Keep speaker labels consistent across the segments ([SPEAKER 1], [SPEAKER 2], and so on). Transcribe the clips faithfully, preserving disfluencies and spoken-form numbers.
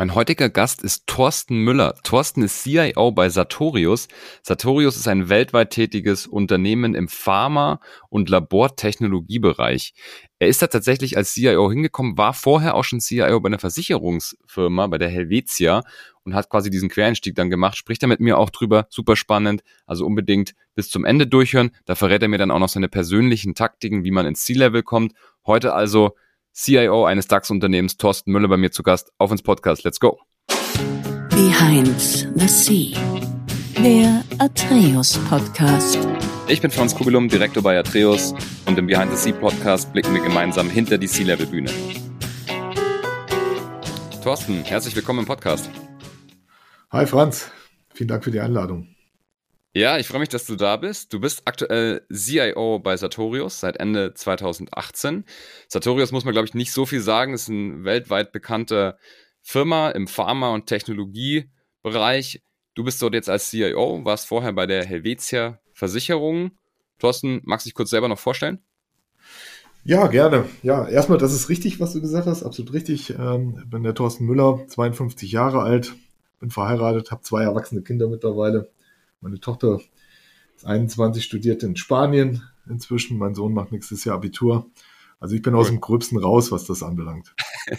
[SPEAKER 1] Mein heutiger Gast ist Thorsten Müller. Thorsten ist C I O bei Sartorius. Sartorius ist ein weltweit tätiges Unternehmen im Pharma- und Labortechnologiebereich. Er ist da tatsächlich als C I O hingekommen, war vorher auch schon C I O bei einer Versicherungsfirma, bei der Helvetia, und hat quasi diesen Quereinstieg dann gemacht. Spricht er mit mir auch drüber, super spannend. Also unbedingt bis zum Ende durchhören. Da verrät er mir dann auch noch seine persönlichen Taktiken, wie man ins C-Level kommt. Heute also C I O eines DAX-Unternehmens, Thorsten Müller, bei mir zu Gast. Auf ins Podcast. Let's go.
[SPEAKER 2] Behind the Sea, der Atreus Podcast.
[SPEAKER 1] Ich bin Franz Kugelum, Direktor bei Atreus, und im Behind the Sea Podcast blicken wir gemeinsam hinter die C-Level-Bühne. Thorsten, herzlich willkommen im Podcast.
[SPEAKER 3] Hi Franz, vielen Dank für die Einladung.
[SPEAKER 1] Ja, ich freue mich, dass du da bist. Du bist aktuell C I O bei Sartorius seit Ende zweitausendachtzehn. Sartorius muss man, glaube ich, nicht so viel sagen. Ist eine weltweit bekannte Firma im Pharma- und Technologiebereich. Du bist dort jetzt als C I O, warst vorher bei der Helvetia Versicherung. Thorsten, magst du dich kurz selber noch vorstellen?
[SPEAKER 3] Ja, gerne. Ja, erstmal, das ist richtig, was du gesagt hast, absolut richtig. Ähm, ich bin der Thorsten Müller, zweiundfünfzig Jahre alt, bin verheiratet, habe zwei erwachsene Kinder mittlerweile. Meine Tochter ist einundzwanzig, studiert in Spanien inzwischen. Mein Sohn macht nächstes Jahr Abitur. Also ich bin cool. Aus dem Gröbsten raus, was das anbelangt.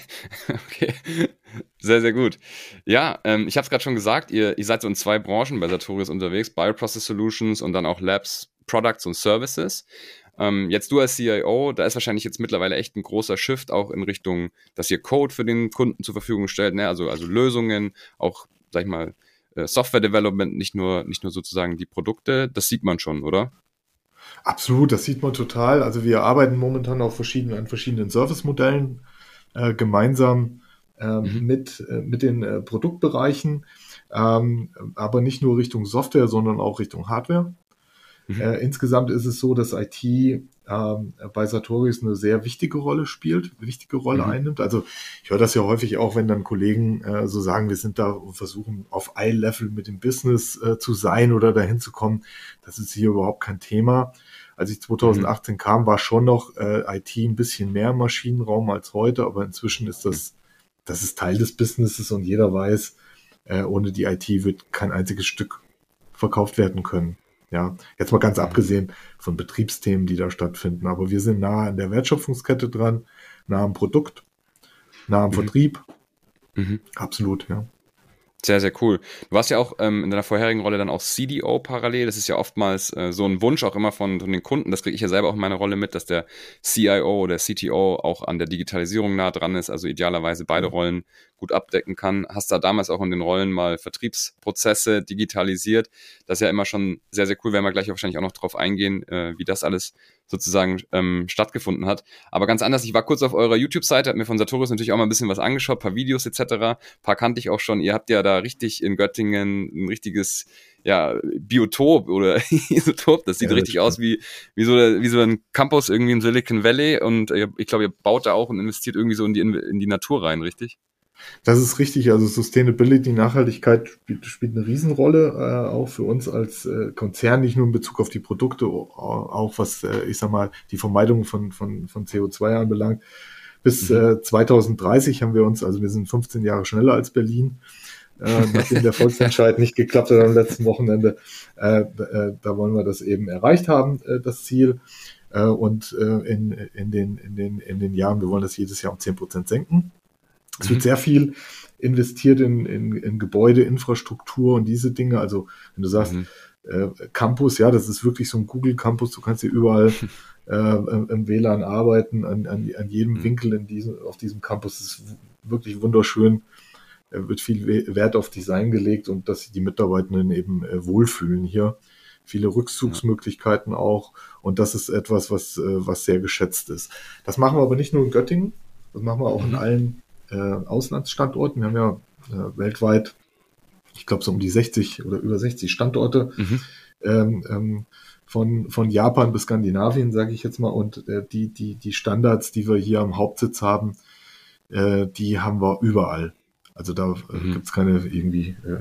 [SPEAKER 1] Okay, sehr, sehr gut. Ja, ähm, ich habe es gerade schon gesagt, ihr, ihr seid so in zwei Branchen bei Sartorius unterwegs, Bioprocess Solutions und dann auch Labs, Products und Services. Ähm, jetzt du als C I O, da ist wahrscheinlich jetzt mittlerweile echt ein großer Shift auch in Richtung, dass ihr Code für den Kunden zur Verfügung stellt, ne? also, also Lösungen, auch, sag ich mal, Software Development, nicht nur, nicht nur sozusagen die Produkte, das sieht man schon, oder?
[SPEAKER 3] Absolut, das sieht man total. Also wir arbeiten momentan auf verschiedenen, an verschiedenen Service-Modellen äh, gemeinsam äh, mhm. mit, äh, mit den äh, Produktbereichen, ähm, aber nicht nur Richtung Software, sondern auch Richtung Hardware. Mhm. Äh, insgesamt ist es so, dass I T ähm, bei Sartorius eine sehr wichtige Rolle spielt, wichtige Rolle mhm. einnimmt. Also ich höre das ja häufig auch, wenn dann Kollegen äh, so sagen, wir sind da und versuchen auf Eye-Level mit dem Business äh, zu sein oder dahin zu kommen. Das ist hier überhaupt kein Thema. Als ich zweitausendachtzehn mhm. kam, war schon noch äh, I T ein bisschen mehr im Maschinenraum als heute, aber inzwischen ist das, das ist Teil des Businesses und jeder weiß, äh, ohne die I T wird kein einziges Stück verkauft werden können. Ja, jetzt mal ganz abgesehen von Betriebsthemen, die da stattfinden. Aber wir sind nah an der Wertschöpfungskette dran, nah am Produkt, nah am mhm. Vertrieb. Mhm. Absolut, ja.
[SPEAKER 1] Sehr, sehr cool. Du warst ja auch ähm, in deiner vorherigen Rolle dann auch C D O parallel. Das ist ja oftmals äh, so ein Wunsch auch immer von, von den Kunden. Das kriege ich ja selber auch in meiner Rolle mit, dass der C I O oder C T O auch an der Digitalisierung nah dran ist, also idealerweise beide Rollen gut abdecken kann. Hast da damals auch in den Rollen mal Vertriebsprozesse digitalisiert. Das ist ja immer schon sehr, sehr cool. Werden wir gleich wahrscheinlich auch noch drauf eingehen, äh, wie das alles sozusagen ähm, stattgefunden hat. Aber ganz anders, ich war kurz auf eurer YouTube-Seite, habe mir von Sartorius natürlich auch mal ein bisschen was angeschaut, paar Videos et cetera. Ein paar kannte ich auch schon. Ihr habt ja da richtig in Göttingen ein richtiges ja, Biotop oder Isotop. Das sieht ja, richtig das aus wie, wie, so, wie so ein Campus irgendwie im Silicon Valley. Und äh, ich glaube, ihr baut da auch und investiert irgendwie so in die, in die Natur rein, richtig?
[SPEAKER 3] Das ist richtig, also Sustainability, Nachhaltigkeit spielt, spielt eine Riesenrolle, äh, auch für uns als äh, Konzern, nicht nur in Bezug auf die Produkte, auch was, äh, ich sag mal, die Vermeidung von, von, von C O zwei anbelangt. Bis mhm. äh, zweitausenddreißig haben wir uns, also wir sind fünfzehn Jahre schneller als Berlin, äh, nachdem der Volksentscheid nicht geklappt hat am letzten Wochenende, äh, äh, da wollen wir das eben erreicht haben, äh, das Ziel. Äh, und äh, in, in, den, in, den, in den Jahren, wir wollen das jedes Jahr um zehn Prozent senken. Es wird sehr viel investiert in, in, in Gebäude, Infrastruktur und diese Dinge. Also wenn du sagst, mhm. äh, Campus, ja, das ist wirklich so ein Google-Campus. Du kannst hier überall äh, im W L A N arbeiten, an, an, an jedem mhm. Winkel in diesem, auf diesem Campus. Das ist wirklich wunderschön. Da wird viel Wert auf Design gelegt und dass sich die Mitarbeitenden eben äh, wohlfühlen hier. Viele Rückzugsmöglichkeiten auch. Und das ist etwas, was, äh, was sehr geschätzt ist. Das machen wir aber nicht nur in Göttingen. Das machen wir auch mhm. in allen Äh, Auslandsstandorten. Wir haben ja äh, weltweit, ich glaube so um die sechzig oder über sechzig Standorte, mhm. ähm, ähm, von, von Japan bis Skandinavien, sage ich jetzt mal. Und äh, die, die, die Standards, die wir hier am Hauptsitz haben, äh, die haben wir überall. Also da äh, mhm. gibt es keine irgendwie äh,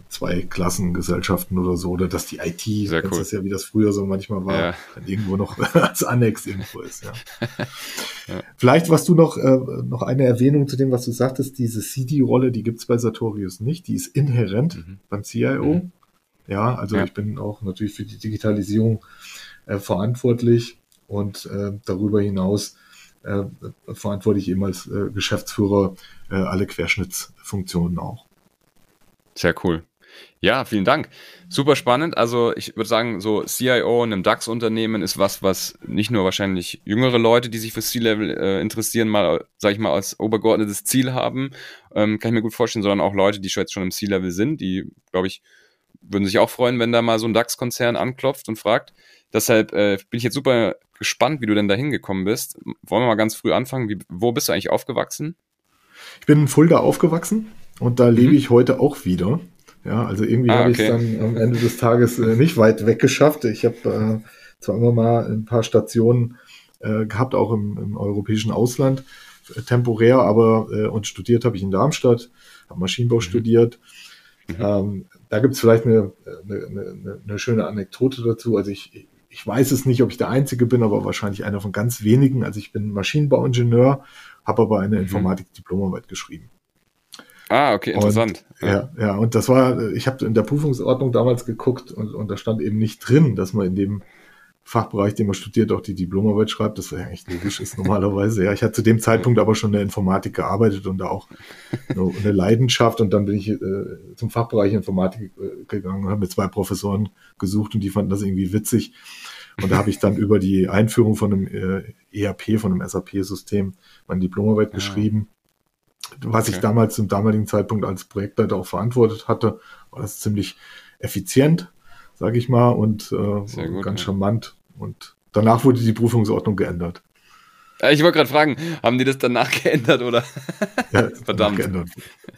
[SPEAKER 3] zwei Klassengesellschaften oder so, oder dass die I T,
[SPEAKER 1] Sehr
[SPEAKER 3] das
[SPEAKER 1] cool.
[SPEAKER 3] ist ja wie das früher so manchmal war,
[SPEAKER 1] Ja.
[SPEAKER 3] dann irgendwo noch als Annex irgendwo ist. Ja.
[SPEAKER 1] Ja.
[SPEAKER 3] Vielleicht, was du noch, äh, noch eine Erwähnung zu dem, was du sagtest, diese C D-Rolle, die gibt's bei Sartorius nicht, die ist inhärent
[SPEAKER 1] Mhm.
[SPEAKER 3] beim C I O.
[SPEAKER 1] Mhm.
[SPEAKER 3] Ja, also
[SPEAKER 1] Ja.
[SPEAKER 3] ich bin auch natürlich für die Digitalisierung äh, verantwortlich und äh, darüber hinaus äh, verantworte ich eben als äh, Geschäftsführer äh, alle Querschnittsfunktionen auch.
[SPEAKER 1] Sehr cool. Ja, vielen Dank. Super spannend. Also ich würde sagen, so C I O in einem DAX-Unternehmen ist was, was nicht nur wahrscheinlich jüngere Leute, die sich für C-Level äh, interessieren, mal, sage ich mal, als obergeordnetes Ziel haben, ähm, kann ich mir gut vorstellen, sondern auch Leute, die schon jetzt schon im C-Level sind, die, glaube ich, würden sich auch freuen, wenn da mal so ein DAX-Konzern anklopft und fragt. Deshalb äh, bin ich jetzt super gespannt, wie du denn da hingekommen bist. Wollen wir mal ganz früh anfangen? Wie, wo bist du eigentlich aufgewachsen?
[SPEAKER 3] Ich bin in Fulda aufgewachsen und da lebe ich heute auch wieder. Ja, also irgendwie
[SPEAKER 1] Ah,
[SPEAKER 3] habe ich es
[SPEAKER 1] okay.
[SPEAKER 3] dann am Ende des Tages äh, nicht weit weg geschafft. Ich habe äh, zwar immer mal ein paar Stationen äh, gehabt, auch im, im europäischen Ausland, äh, temporär, aber äh, und studiert habe ich in Darmstadt, habe Maschinenbau
[SPEAKER 1] Mhm.
[SPEAKER 3] studiert.
[SPEAKER 1] Mhm.
[SPEAKER 3] Ähm, da gibt es vielleicht eine, eine, eine, eine schöne Anekdote dazu. Also ich, ich weiß es nicht, ob ich der Einzige bin, aber wahrscheinlich einer von ganz wenigen. Also ich bin Maschinenbauingenieur, habe aber eine
[SPEAKER 1] Mhm.
[SPEAKER 3] Informatik-Diplomarbeit geschrieben.
[SPEAKER 1] Ah, okay, interessant.
[SPEAKER 3] Und, ja, ja, und das war, ich habe in der Prüfungsordnung damals geguckt und, und da stand eben nicht drin, dass man in dem Fachbereich, den man studiert, auch die Diplomarbeit schreibt. Das ja echt logisch ist normalerweise. Ja, ich hatte zu dem Zeitpunkt aber schon in der Informatik gearbeitet und da auch eine, eine Leidenschaft. Und dann bin ich äh, zum Fachbereich Informatik äh, gegangen und habe mir zwei Professoren gesucht und die fanden das irgendwie witzig. Und da habe ich dann über die Einführung von einem äh, E R P, von einem S A P-System, meine Diplomarbeit
[SPEAKER 1] Ah.
[SPEAKER 3] geschrieben. Was ich
[SPEAKER 1] Okay.
[SPEAKER 3] damals zum damaligen Zeitpunkt als Projektleiter auch verantwortet hatte, war das ziemlich effizient, sage ich mal, und äh,
[SPEAKER 1] Sehr gut,
[SPEAKER 3] ganz
[SPEAKER 1] ja.
[SPEAKER 3] charmant. Und danach wurde die Prüfungsordnung geändert.
[SPEAKER 1] Äh, Ich wollte gerade fragen, haben die das danach geändert oder?
[SPEAKER 3] Ja, danach
[SPEAKER 1] Verdammt.
[SPEAKER 3] geändert.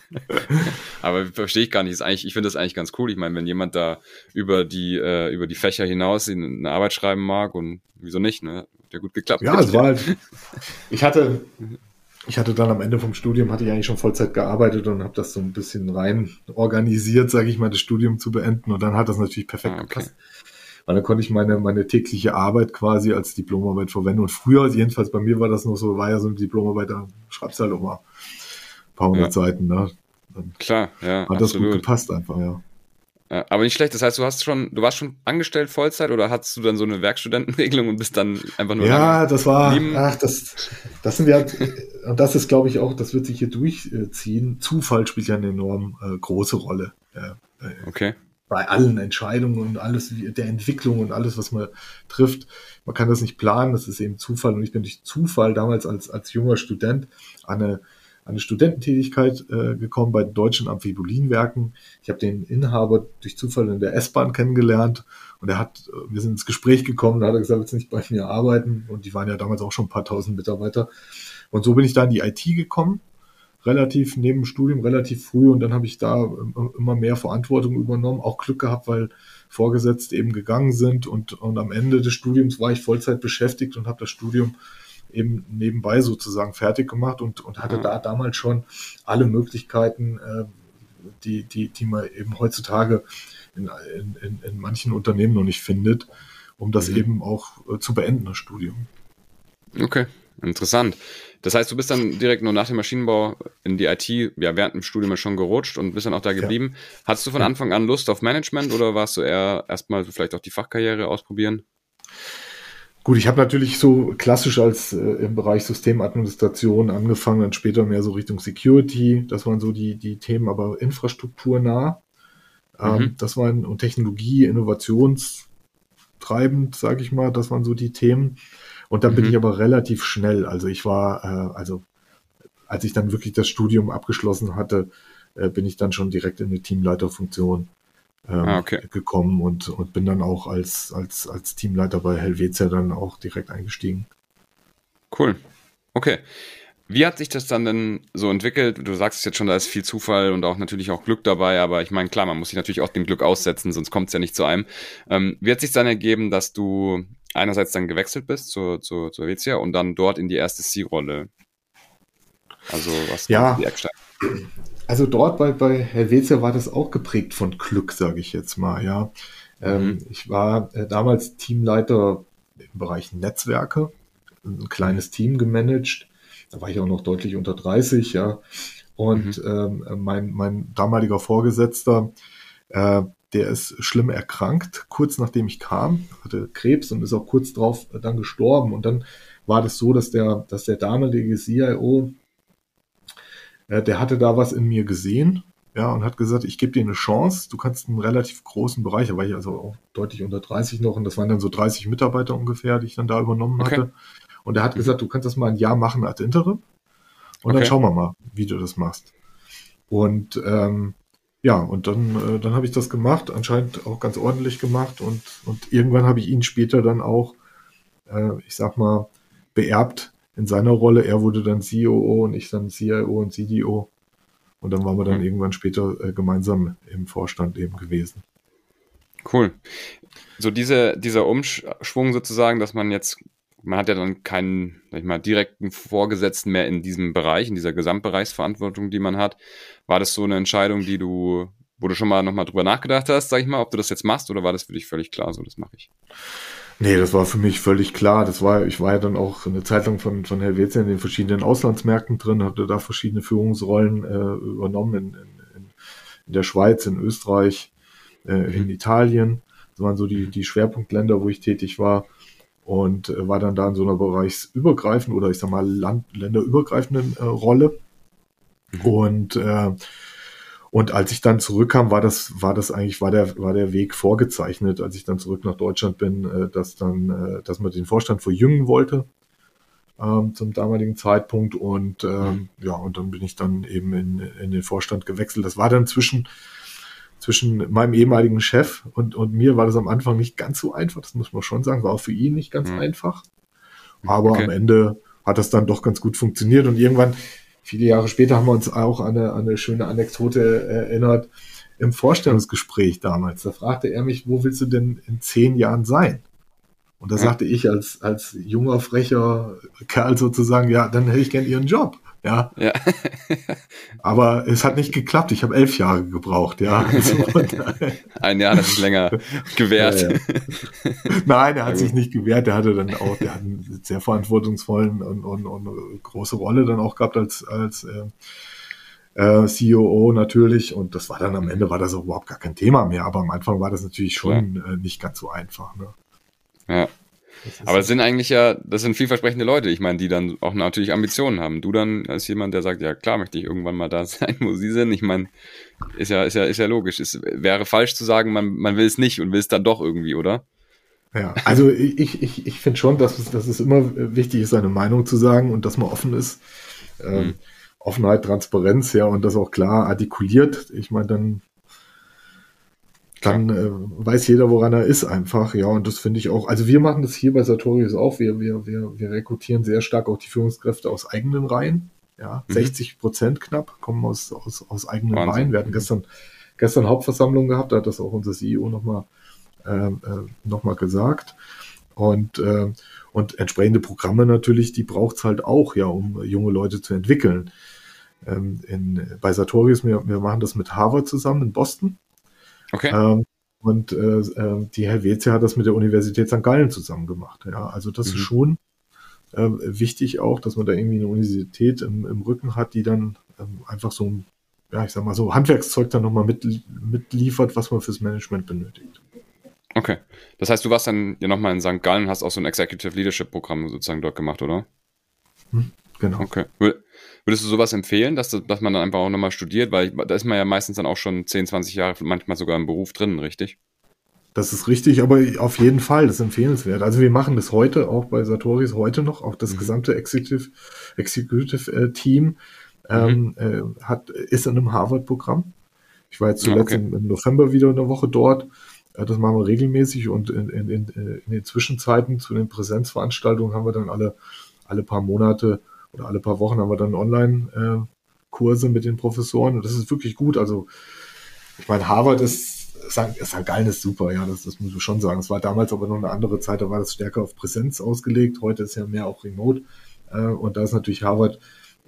[SPEAKER 1] Aber verstehe ich gar nicht. Ist eigentlich, ich finde das eigentlich ganz cool. Ich meine, wenn jemand da über die, äh, über die Fächer hinaus in eine Arbeit schreiben mag und wieso nicht, ne? Hat ja gut geklappt.
[SPEAKER 3] Ja, es war halt, ich hatte, ich hatte dann am Ende vom Studium, hatte ich eigentlich schon Vollzeit gearbeitet und habe das so ein bisschen rein organisiert, sage ich mal, das Studium zu beenden. Und dann hat das natürlich perfekt
[SPEAKER 1] Ah, okay.
[SPEAKER 3] gepasst. Weil dann konnte ich meine, meine tägliche Arbeit quasi als Diplomarbeit verwenden. Und früher, jedenfalls bei mir war das noch so, war ja so eine Diplomarbeit, da schreibst du halt auch mal ein paar hundert
[SPEAKER 1] Ja.
[SPEAKER 3] Seiten, ne? Dann
[SPEAKER 1] Klar, ja,
[SPEAKER 3] hat das gut
[SPEAKER 1] absolut.
[SPEAKER 3] gepasst einfach, ja.
[SPEAKER 1] Ja, aber nicht schlecht. Das heißt, du hast schon, du warst schon angestellt Vollzeit oder hattest du dann so eine Werkstudentenregelung und bist dann einfach nur
[SPEAKER 3] Ja,
[SPEAKER 1] lange
[SPEAKER 3] das war,
[SPEAKER 1] geblieben?
[SPEAKER 3] ach, das, das sind ja, und das ist, glaube ich, auch, das wird sich hier durchziehen. Zufall spielt ja eine enorm äh, große Rolle. Ja, äh,
[SPEAKER 1] Okay.
[SPEAKER 3] bei allen Entscheidungen und alles, wie- der Entwicklung und alles, was man trifft. Man kann das nicht planen, das ist eben Zufall. Und ich bin durch Zufall damals als, als junger Student an eine, an eine Studententätigkeit äh, gekommen bei den Deutschen Amphibolinwerken. Ich habe den Inhaber durch Zufall in der S-Bahn kennengelernt und er hat, äh, wir sind ins Gespräch gekommen, da hat er gesagt, willst du nicht bei mir arbeiten? Und die waren ja damals auch schon ein paar tausend Mitarbeiter. Und so bin ich da in die I T gekommen, relativ neben dem Studium, relativ früh, und dann habe ich da ähm, immer mehr Verantwortung übernommen, auch Glück gehabt, weil Vorgesetzte eben gegangen sind und, und am Ende des Studiums war ich Vollzeit beschäftigt und habe das Studium eben nebenbei sozusagen fertig gemacht und, und hatte
[SPEAKER 1] Ja.
[SPEAKER 3] da damals schon alle Möglichkeiten, äh, die, die, die man eben heutzutage in, in, in, in manchen Unternehmen noch nicht findet, um das
[SPEAKER 1] Mhm.
[SPEAKER 3] eben auch äh, zu beenden, das Studium.
[SPEAKER 1] Okay, interessant. Das heißt, du bist dann direkt nur nach dem Maschinenbau in die I T, ja, während dem Studium schon gerutscht und bist dann auch da geblieben. Hattest du von
[SPEAKER 3] Ja.
[SPEAKER 1] Anfang an Lust auf Management oder warst du eher erstmal so vielleicht auch die Fachkarriere ausprobieren?
[SPEAKER 3] Gut, ich habe natürlich so klassisch als äh, im Bereich Systemadministration angefangen, dann später mehr so Richtung Security. Das waren so die, die Themen, aber infrastrukturnah. Ähm,
[SPEAKER 1] Mhm.
[SPEAKER 3] Das waren und Technologie, innovationstreibend, sage ich mal. Das waren so die Themen. Und dann bin
[SPEAKER 1] Mhm.
[SPEAKER 3] ich aber relativ schnell. Also ich war, äh, also als ich dann wirklich das Studium abgeschlossen hatte, äh, bin ich dann schon direkt in eine Teamleiterfunktion ähm,
[SPEAKER 1] Ah, okay.
[SPEAKER 3] gekommen und, und bin dann auch als, als, als Teamleiter bei Helvetia dann auch direkt eingestiegen.
[SPEAKER 1] Cool. Okay. Wie hat sich das dann denn so entwickelt? Du sagst es jetzt schon, da ist viel Zufall und auch natürlich auch Glück dabei, aber ich meine, klar, man muss sich natürlich auch dem Glück aussetzen, sonst kommt es ja nicht zu einem. Ähm, wie hat sich dann ergeben, dass du einerseits dann gewechselt bist zur, zur, zur Helvetia und dann dort in die erste C-Rolle? Also was
[SPEAKER 3] Ja.
[SPEAKER 1] die Ecksteine?
[SPEAKER 3] Also dort bei, bei Helvetia war das auch geprägt von Glück, sage ich jetzt mal, ja. Ähm,
[SPEAKER 1] Mhm.
[SPEAKER 3] ich war äh, damals Teamleiter im Bereich Netzwerke, ein kleines Team gemanagt. Da war ich auch noch deutlich unter dreißig, ja.
[SPEAKER 1] Mhm.
[SPEAKER 3] Und ähm, mein, mein damaliger Vorgesetzter, äh, der ist schlimm erkrankt, kurz nachdem ich kam, hatte Krebs und ist auch kurz drauf dann gestorben. Und dann war das so, dass der, dass der damalige C I O, äh, der hatte da was in mir gesehen, ja, und hat gesagt, ich gebe dir eine Chance, du kannst einen relativ großen Bereich, da war ich also auch deutlich unter dreißig noch, und das waren dann so dreißig Mitarbeiter ungefähr, die ich dann da übernommen
[SPEAKER 1] Okay.
[SPEAKER 3] hatte. Und er hat
[SPEAKER 1] Mhm.
[SPEAKER 3] gesagt, du kannst das mal ein Jahr machen ad interim und dann
[SPEAKER 1] Okay.
[SPEAKER 3] schauen wir mal, wie du das machst. Und ähm, ja, und dann, äh, dann habe ich das gemacht, anscheinend auch ganz ordentlich gemacht, und, und irgendwann habe ich ihn später dann auch, äh, ich sag mal, beerbt in seiner Rolle. Er wurde dann C O O und ich dann C I O und C D O. Und dann waren wir dann
[SPEAKER 1] Mhm.
[SPEAKER 3] irgendwann später äh, gemeinsam im Vorstand eben gewesen.
[SPEAKER 1] Cool. So diese, dieser Umschwung sozusagen, dass man jetzt, man hat ja dann keinen, sag ich mal, direkten Vorgesetzten mehr in diesem Bereich, in dieser Gesamtbereichsverantwortung, die man hat. War das so eine Entscheidung, die du, wo du schon mal nochmal drüber nachgedacht hast, sag ich mal, ob du das jetzt machst, oder war das für dich völlig klar, so das mache ich?
[SPEAKER 3] Nee, das war für mich völlig klar. Das war, ich war ja dann auch eine Zeit lang von, von Helvetia in den verschiedenen Auslandsmärkten drin, hatte da verschiedene Führungsrollen äh, übernommen in, in, in der Schweiz, in Österreich, äh,
[SPEAKER 1] Mhm.
[SPEAKER 3] in Italien. Das waren so die, die Schwerpunktländer, wo ich tätig war, und äh, war dann da in so einer bereichsübergreifenden oder ich sag mal Land, länderübergreifenden äh, Rolle.
[SPEAKER 1] Mhm.
[SPEAKER 3] Und äh, Und als ich dann zurückkam, war das, war das eigentlich, war der, war der Weg vorgezeichnet, als ich dann zurück nach Deutschland bin, äh, dass dann, äh, dass man den Vorstand verjüngen wollte, ähm, zum damaligen Zeitpunkt. Und
[SPEAKER 1] Mhm.
[SPEAKER 3] ähm, ja, und dann bin ich dann eben in, in den Vorstand gewechselt. Das war dann zwischen, zwischen meinem ehemaligen Chef und, und mir war das am Anfang nicht ganz so einfach, das muss man schon sagen, war auch für ihn nicht ganz
[SPEAKER 1] Mhm.
[SPEAKER 3] einfach. Aber
[SPEAKER 1] Okay.
[SPEAKER 3] am Ende hat das dann doch ganz gut funktioniert, und irgendwann, viele Jahre später, haben wir uns auch an eine, an eine schöne Anekdote erinnert. Im Vorstellungsgespräch damals, da fragte er mich, wo willst du denn in zehn Jahren sein? Und da
[SPEAKER 1] Ja.
[SPEAKER 3] sagte ich als, als junger, frecher Kerl sozusagen, ja, dann hätte ich gern Ihren Job. Ja,
[SPEAKER 1] Ja.
[SPEAKER 3] aber es hat nicht geklappt. Ich habe elf Jahre gebraucht, ja. Also,
[SPEAKER 1] Ein Jahr, das ist länger gewährt.
[SPEAKER 3] Ja, ja. Nein, er
[SPEAKER 1] Ja,
[SPEAKER 3] hat sich
[SPEAKER 1] gut.
[SPEAKER 3] nicht gewehrt. Der hatte dann auch, der hat einen sehr verantwortungsvollen und, und, und eine große Rolle dann auch gehabt als, als äh, äh, C O O natürlich. Und das war dann am Ende, war das auch überhaupt gar kein Thema mehr. Aber am Anfang war das natürlich
[SPEAKER 1] Klar.
[SPEAKER 3] schon äh, nicht ganz so einfach. Ne?
[SPEAKER 1] Ja.
[SPEAKER 3] Das ist
[SPEAKER 1] Aber das
[SPEAKER 3] so.
[SPEAKER 1] sind eigentlich ja, das sind vielversprechende Leute, ich meine, die dann auch natürlich Ambitionen haben. Du dann als jemand, der sagt, ja klar, möchte ich irgendwann mal da sein, wo sie sind. Ich meine, ist ja, ist ja, ist ja logisch. Es wäre falsch zu sagen, man, man will es nicht und will es dann doch irgendwie, oder?
[SPEAKER 3] Ja, also ich, ich, ich finde schon, dass es, dass es immer wichtig ist, seine Meinung zu sagen und dass man offen ist. Ähm,
[SPEAKER 1] Hm.
[SPEAKER 3] Offenheit, Transparenz, ja, und das auch klar artikuliert. Ich meine, dann
[SPEAKER 1] Klar.
[SPEAKER 3] dann äh, weiß jeder, woran er ist einfach, ja, und das finde ich auch, also wir machen das hier bei Sartorius auch, wir, wir, wir, wir rekrutieren sehr stark auch die Führungskräfte aus eigenen Reihen, ja,
[SPEAKER 1] Mhm.
[SPEAKER 3] sechzig Prozent knapp kommen aus, aus, aus eigenen
[SPEAKER 1] Wahnsinn.
[SPEAKER 3] Reihen. Wir hatten
[SPEAKER 1] Mhm.
[SPEAKER 3] gestern, gestern Hauptversammlung gehabt, da hat das auch unser C E O nochmal äh, äh, noch mal gesagt, und, äh, und entsprechende Programme natürlich, die braucht es halt auch, ja, um junge Leute zu entwickeln. Ähm, in, bei Sartorius, wir, wir machen das mit Harvard zusammen in Boston.
[SPEAKER 1] Okay.
[SPEAKER 3] Ähm, und äh, äh, die Helvetia hat das mit der Universität Sankt Gallen zusammen gemacht. Ja, also das
[SPEAKER 1] Mhm.
[SPEAKER 3] ist schon äh, wichtig auch, dass man da irgendwie eine Universität im, im Rücken hat, die dann ähm, einfach so ein, ja, ich sag mal so Handwerkszeug dann nochmal mit, mitliefert, was man fürs Management benötigt.
[SPEAKER 1] Okay. Das heißt, du warst dann ja nochmal in Sankt Gallen und hast auch so ein Executive Leadership Programm sozusagen dort gemacht, oder?
[SPEAKER 3] Hm? Genau.
[SPEAKER 1] Okay. Würdest du sowas empfehlen, dass, dass man dann einfach auch nochmal studiert? Weil da ist man ja meistens dann auch schon zehn, zwanzig Jahre, manchmal sogar im Beruf drin, richtig?
[SPEAKER 3] Das ist richtig, aber auf jeden Fall, das ist empfehlenswert. Also wir machen das heute, auch bei Sartorius heute noch, auch das
[SPEAKER 1] Mhm.
[SPEAKER 3] gesamte Executive, Executive äh, Team ähm, äh, hat, ist in einem Harvard-Programm. Ich war jetzt
[SPEAKER 1] Ja,
[SPEAKER 3] zuletzt
[SPEAKER 1] okay.
[SPEAKER 3] im, im November wieder eine Woche dort. Äh, das machen wir regelmäßig, und in, in, in, in den Zwischenzeiten zu den Präsenzveranstaltungen haben wir dann alle, alle paar Monate oder alle paar Wochen haben wir dann Online-Kurse äh, mit den Professoren, und das ist wirklich gut. Also ich meine, Harvard ist Sankt Gallen ist super, ja, das, das muss ich schon sagen. Es war damals aber noch eine andere Zeit, da war das stärker auf Präsenz ausgelegt. Heute ist ja mehr auch remote. Äh, und da ist natürlich Harvard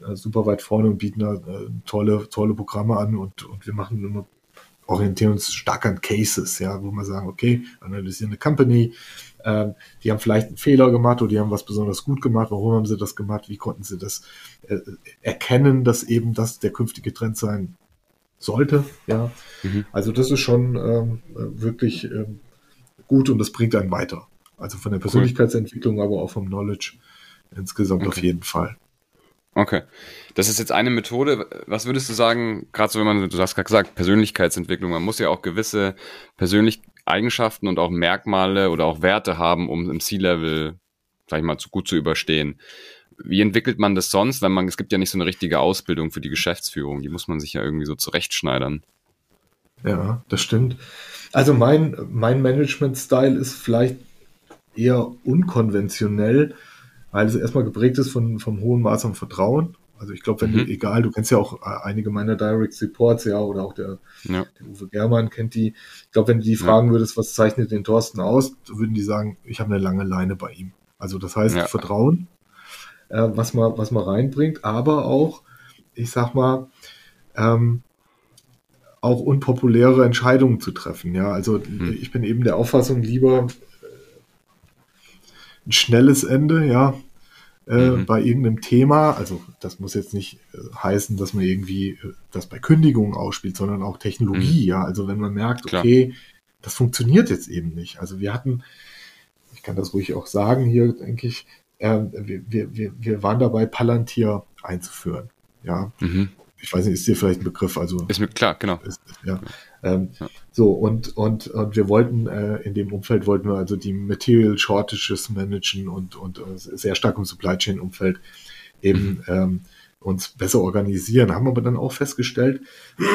[SPEAKER 3] äh, super weit vorne und bieten da äh, tolle, tolle Programme an und, und wir machen immer, orientieren uns stark an Cases, ja, wo wir sagen, okay, analysieren eine Company, ähm, die haben vielleicht einen Fehler gemacht oder die haben was besonders gut gemacht, warum haben sie das gemacht, wie konnten sie das äh, erkennen, dass eben das der künftige Trend sein sollte, ja. Mhm. Also das ist schon ähm, wirklich ähm, gut und das bringt einen weiter. Also von der Persönlichkeitsentwicklung, cool. aber auch vom Knowledge insgesamt okay. auf jeden Fall.
[SPEAKER 1] Okay. Das ist jetzt eine Methode. Was würdest du sagen, gerade so, wenn man, du hast gerade gesagt, Persönlichkeitsentwicklung, man muss ja auch gewisse persönliche Eigenschaften und auch Merkmale oder auch Werte haben, um im C-Level, sag ich mal, zu gut zu überstehen. Wie entwickelt man das sonst, wenn man, es gibt ja nicht so eine richtige Ausbildung für die Geschäftsführung, die muss man sich ja irgendwie so zurechtschneidern.
[SPEAKER 3] Ja, das stimmt. Also mein, mein Management-Style ist vielleicht eher unkonventionell, weil es erstmal geprägt ist von, vom hohen Maß an Vertrauen. Also ich glaube, wenn mhm. du, egal, du kennst ja auch einige meiner Direct Reports, ja, oder auch der, ja. der Uwe Germann kennt die. Ich glaube, wenn du die fragen ja. würdest, was zeichnet den Thorsten aus, würden die sagen, ich habe eine lange Leine bei ihm. Also das heißt ja. Vertrauen, äh, was man, was man reinbringt, aber auch, ich sag mal, ähm, auch unpopuläre Entscheidungen zu treffen. Ja, also mhm. ich bin eben der Auffassung, lieber ein schnelles Ende, ja, äh, mhm. bei irgendeinem Thema. Also das muss jetzt nicht äh, heißen, dass man irgendwie äh, das bei Kündigungen ausspielt, sondern auch Technologie, mhm. ja. Also wenn man merkt, Klar. okay, das funktioniert jetzt eben nicht. Also wir hatten, ich kann das ruhig auch sagen hier, denke ich, äh, wir, wir, wir waren dabei, Palantir einzuführen. Ja. Mhm. Ich weiß nicht, ist dir vielleicht ein Begriff? Also
[SPEAKER 1] ist mir klar, genau.
[SPEAKER 3] Ist, ja. Ähm, ja. So, und, und, und wir wollten, äh, in dem Umfeld wollten wir also die Material Shortages managen und, und äh, sehr stark im Supply Chain Umfeld eben mhm. ähm, uns besser organisieren. Haben aber dann auch festgestellt,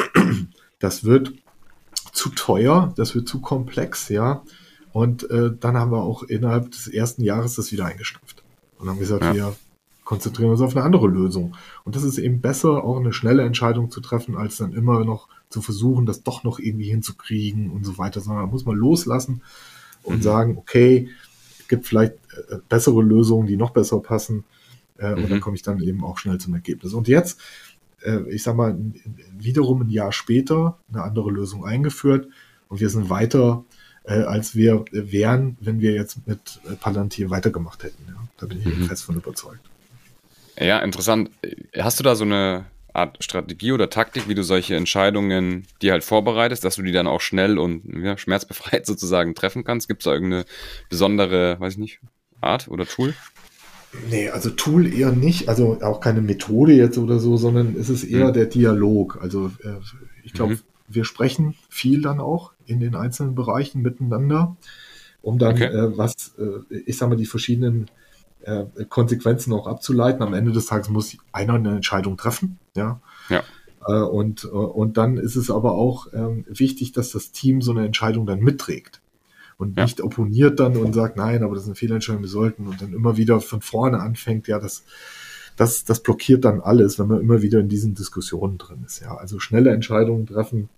[SPEAKER 3] das wird zu teuer, das wird zu komplex, ja. Und äh, dann haben wir auch innerhalb des ersten Jahres das wieder eingestampft. Und haben gesagt, ja. wir konzentrieren uns auf eine andere Lösung. Und das ist eben besser, auch eine schnelle Entscheidung zu treffen, als dann immer noch zu versuchen, das doch noch irgendwie hinzukriegen und so weiter, sondern da muss man loslassen und mhm. sagen, okay, es gibt vielleicht äh, bessere Lösungen, die noch besser passen äh, mhm. und dann komme ich dann eben auch schnell zum Ergebnis. Und jetzt, äh, ich sag mal, wiederum ein Jahr später eine andere Lösung eingeführt und wir sind weiter, äh, als wir wären, wenn wir jetzt mit äh, Palantir weitergemacht hätten. Ja? Da bin ich mhm. fest von überzeugt.
[SPEAKER 1] Ja, interessant. Hast du da so eine Art Strategie oder Taktik, wie du solche Entscheidungen dir halt vorbereitest, dass du die dann auch schnell und ja, schmerzbefreit sozusagen treffen kannst? Gibt es da irgendeine besondere, weiß ich nicht, Art oder Tool?
[SPEAKER 3] Nee, also Tool eher nicht, also auch keine Methode jetzt oder so, sondern es ist eher mhm. der Dialog. Also äh, ich glaube, mhm. wir sprechen viel dann auch in den einzelnen Bereichen miteinander, um dann okay. äh, was, äh, ich sag mal, die verschiedenen Konsequenzen auch abzuleiten. Am Ende des Tages muss einer eine Entscheidung treffen. Ja.
[SPEAKER 1] ja.
[SPEAKER 3] Und, und dann ist es aber auch ähm, wichtig, dass das Team so eine Entscheidung dann mitträgt und ja. nicht opponiert dann und sagt, nein, aber das ist eine Fehlentscheidung, wir sollten und dann immer wieder von vorne anfängt. Ja, das, das, das blockiert dann alles, wenn man immer wieder in diesen Diskussionen drin ist. Ja, also schnelle Entscheidungen treffen.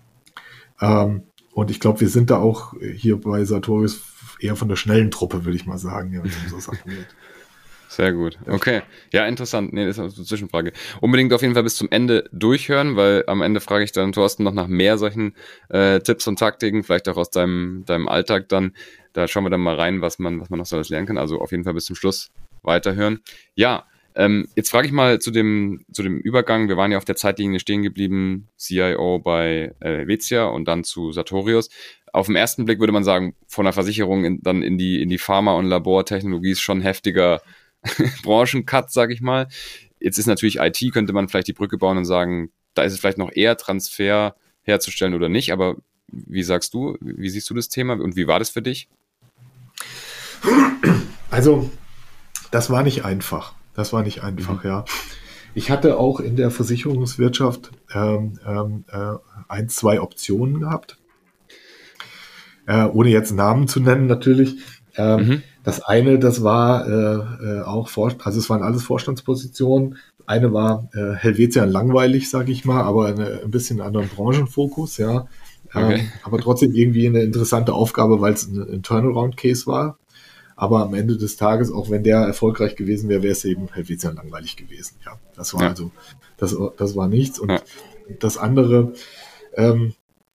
[SPEAKER 3] Ähm, und ich glaube, wir sind da auch hier bei Sartorius eher von der schnellen Truppe, würde ich mal sagen, ja, wenn es um so Sachen geht.
[SPEAKER 1] Sehr gut. Okay. Ja, interessant. Nee, das ist eine Zwischenfrage. Unbedingt auf jeden Fall bis zum Ende durchhören, weil am Ende frage ich dann Thorsten noch nach mehr solchen äh, Tipps und Taktiken, vielleicht auch aus deinem, deinem Alltag dann. Da schauen wir dann mal rein, was man, was man noch so alles lernen kann. Also auf jeden Fall bis zum Schluss weiterhören. Ja, ähm, jetzt frage ich mal zu dem, zu dem Übergang. Wir waren ja auf der Zeitlinie stehen geblieben, C I O bei äh, Helvetia und dann zu Sartorius. Auf den ersten Blick würde man sagen, von der Versicherung in, dann in die, in die Pharma- und Labortechnologie ist schon heftiger Branchencut, sag ich mal. Jetzt ist natürlich I T, könnte man vielleicht die Brücke bauen und sagen, da ist es vielleicht noch eher Transfer herzustellen oder nicht, aber wie sagst du, wie siehst du das Thema und wie war das für dich?
[SPEAKER 3] Also, das war nicht einfach. Das war nicht einfach, mhm. ja. Ich hatte auch in der Versicherungswirtschaft ähm, ähm, äh, ein, zwei Optionen gehabt. Äh, ohne jetzt Namen zu nennen natürlich. Ähm, mhm. Das eine, das war äh, äh, auch, Vor- also es waren alles Vorstandspositionen. Eine war äh, Helvetia langweilig, sage ich mal, aber eine, ein bisschen anderen Branchenfokus, ja. Ähm, okay. Aber trotzdem irgendwie eine interessante Aufgabe, weil es ein, ein Turnaround-Case war. Aber am Ende des Tages, auch wenn der erfolgreich gewesen wäre, wäre es eben Helvetia langweilig gewesen. Ja, das war ja. also, das, das war nichts. Und ja. das andere ähm,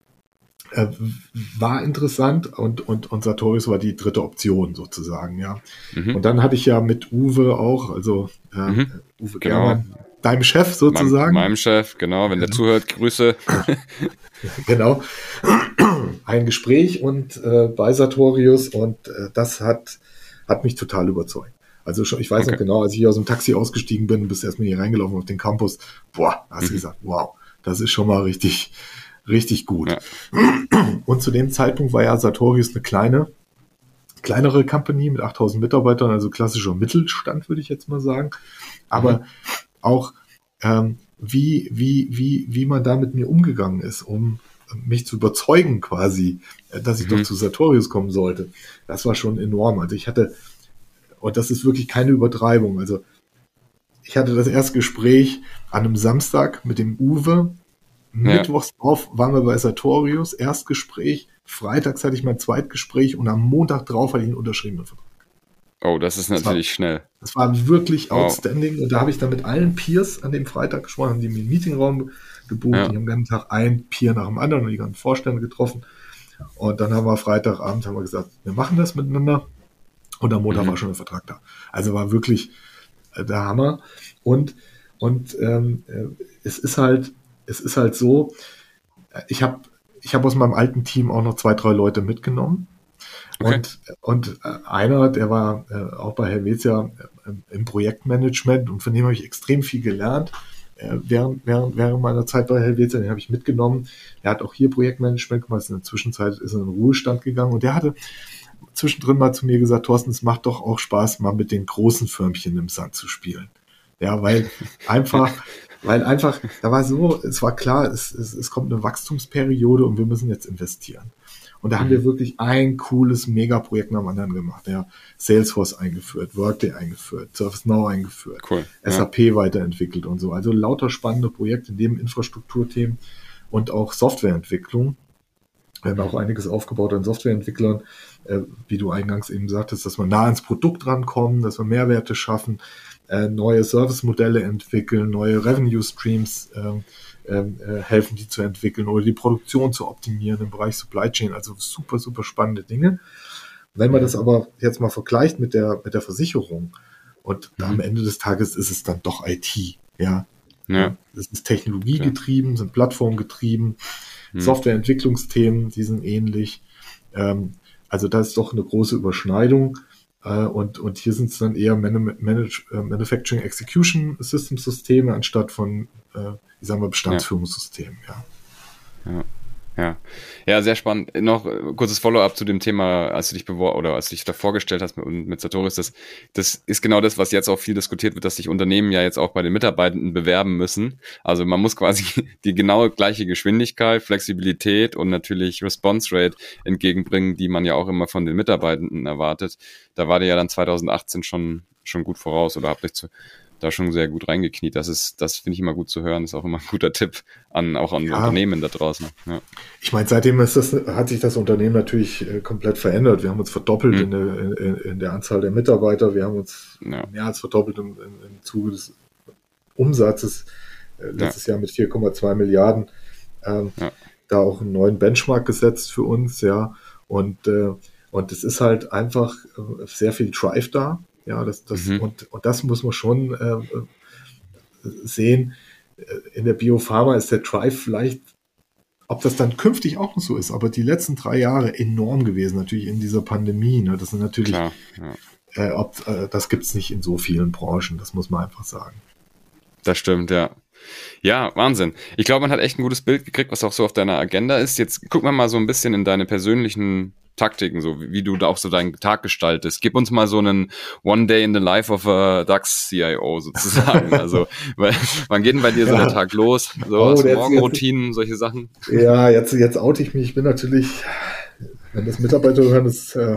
[SPEAKER 3] äh, war interessant und, und, und Sartorius war die dritte Option sozusagen, ja. Mhm. Und dann hatte ich ja mit Uwe auch, also äh, mhm. Uwe
[SPEAKER 1] genau.
[SPEAKER 3] Germann, deinem Chef sozusagen.
[SPEAKER 1] Meinem, meinem Chef, genau, wenn der genau. zuhört, Grüße.
[SPEAKER 3] Genau. Ein Gespräch und äh, bei Sartorius und äh, das hat, hat mich total überzeugt. Also schon, ich weiß okay. noch genau, als ich hier aus dem Taxi ausgestiegen bin, bist erstmal hier reingelaufen auf den Campus, boah, hast du mhm. gesagt, wow, das ist schon mal richtig, richtig gut. Ja. Und zu dem Zeitpunkt war ja Sartorius eine kleine, kleinere Company mit achttausend Mitarbeitern, also klassischer Mittelstand, würde ich jetzt mal sagen. Aber mhm. auch ähm, wie, wie, wie, wie man da mit mir umgegangen ist, um mich zu überzeugen quasi, dass ich mhm. doch zu Sartorius kommen sollte. Das war schon enorm. Also ich hatte, und das ist wirklich keine Übertreibung, also ich hatte das erste Gespräch an einem Samstag mit dem Uwe, ja. Mittwochs drauf waren wir bei Sartorius, Erstgespräch, freitags hatte ich mein Zweitgespräch und am Montag drauf hatte ich einen unterschriebenen Vertrag.
[SPEAKER 1] Oh, das ist natürlich das war, schnell.
[SPEAKER 3] Das war wirklich outstanding. Wow. Und da habe ich dann mit allen Peers an dem Freitag gesprochen, haben die mir einen Meetingraum gebucht, ja. die haben den ganzen Tag ein Peer nach dem anderen und die ganzen Vorstände getroffen. Und dann haben wir Freitagabend haben wir gesagt, wir machen das miteinander. Und am Montag mhm. war schon der Vertrag da. Also war wirklich äh, der Hammer. Und, und ähm, äh, es ist halt, es ist halt so, ich habe ich hab aus meinem alten Team auch noch zwei, drei Leute mitgenommen. Okay. Und, und einer, der war äh, auch bei Helvetia äh, im Projektmanagement und von dem habe ich extrem viel gelernt äh, während, während, während meiner Zeit bei Helvetia, den habe ich mitgenommen. Er hat auch hier Projektmanagement gemacht, in der Zwischenzeit ist er in den Ruhestand gegangen und der hatte zwischendrin mal zu mir gesagt, Thorsten, es macht doch auch Spaß, mal mit den großen Förmchen im Sand zu spielen. Ja, weil einfach, weil einfach, da war so, es war klar, es, es, es kommt eine Wachstumsperiode und wir müssen jetzt investieren. Und da haben wir wirklich ein cooles Megaprojekt nach dem anderen gemacht. Ja, Salesforce eingeführt, Workday eingeführt, ServiceNow eingeführt, cool, S A P ja. weiterentwickelt und so. Also lauter spannende Projekte neben Infrastrukturthemen und auch Softwareentwicklung. Wir haben auch einiges aufgebaut an Softwareentwicklern, äh, wie du eingangs eben sagtest, dass wir nah ans Produkt rankommen, dass wir Mehrwerte schaffen, äh, neue Servicemodelle entwickeln, neue Revenue Streams äh, äh, helfen, die zu entwickeln oder die Produktion zu optimieren im Bereich Supply Chain. Also super, super spannende Dinge. Wenn man das aber jetzt mal vergleicht mit der, mit der Versicherung und mhm. am Ende des Tages ist es dann doch I T. Ja, ja. Es ist technologiegetrieben, sind plattformgetrieben, mhm. Softwareentwicklungsthemen, die sind ähnlich. Ähm, also da ist doch eine große Überschneidung. Uh, und, und hier sind es dann eher Man- Manage, uh, Manufacturing Execution System Systeme anstatt von, uh, ich sag mal, Bestandsführungssystemen, ja.
[SPEAKER 1] Ja. Ja, ja, sehr spannend. Noch äh, kurzes Follow-up zu dem Thema, als du dich beworben oder als du dich da vorgestellt hast mit, mit Sartorius. Das, das ist genau das, was jetzt auch viel diskutiert wird, dass sich Unternehmen ja jetzt auch bei den Mitarbeitenden bewerben müssen. Also man muss quasi die genau gleiche Geschwindigkeit, Flexibilität und natürlich Response Rate entgegenbringen, die man ja auch immer von den Mitarbeitenden erwartet. Da war der ja dann zwanzig achtzehn schon schon gut voraus oder habt euch zu da schon sehr gut reingekniet. Das ist, das finde ich immer gut zu hören. Das ist auch immer ein guter Tipp an, auch an ja. Unternehmen da draußen. Ja.
[SPEAKER 3] Ich meine, seitdem ist das, hat sich das Unternehmen natürlich äh, komplett verändert. Wir haben uns verdoppelt mhm. in, der, in, in der Anzahl der Mitarbeiter. Wir haben uns ja. mehr als verdoppelt im, im, im Zuge des Umsatzes. Äh, letztes ja. Jahr mit vier Komma zwei Milliarden. Ähm, ja. Da auch einen neuen Benchmark gesetzt für uns, ja. Und, äh, und es ist halt einfach äh, sehr viel Drive da. Ja, das, das, mhm. und, und das muss man schon äh, sehen. In der Biopharma ist der Drive vielleicht, ob das dann künftig auch noch so ist, aber die letzten drei Jahre enorm gewesen, natürlich in dieser Pandemie. Ne? Das sind natürlich, Klar, ja. äh, ob, äh, das gibt es nicht in so vielen Branchen, das muss man einfach sagen.
[SPEAKER 1] Das stimmt, ja. Ja, Wahnsinn. Ich glaube, man hat echt ein gutes Bild gekriegt, was auch so auf deiner Agenda ist. Jetzt gucken wir mal so ein bisschen in deine persönlichen Taktiken, so wie, wie du da auch so deinen Tag gestaltest. Gib uns mal so einen One Day in the Life of a DAX C I O sozusagen. Also, weil, wann geht denn bei dir ja. so der Tag los? So oh, aus Morgenroutinen, jetzt, solche Sachen?
[SPEAKER 3] Ja, jetzt, jetzt oute ich mich. Ich bin natürlich, wenn das Mitarbeiter hören, ist, äh,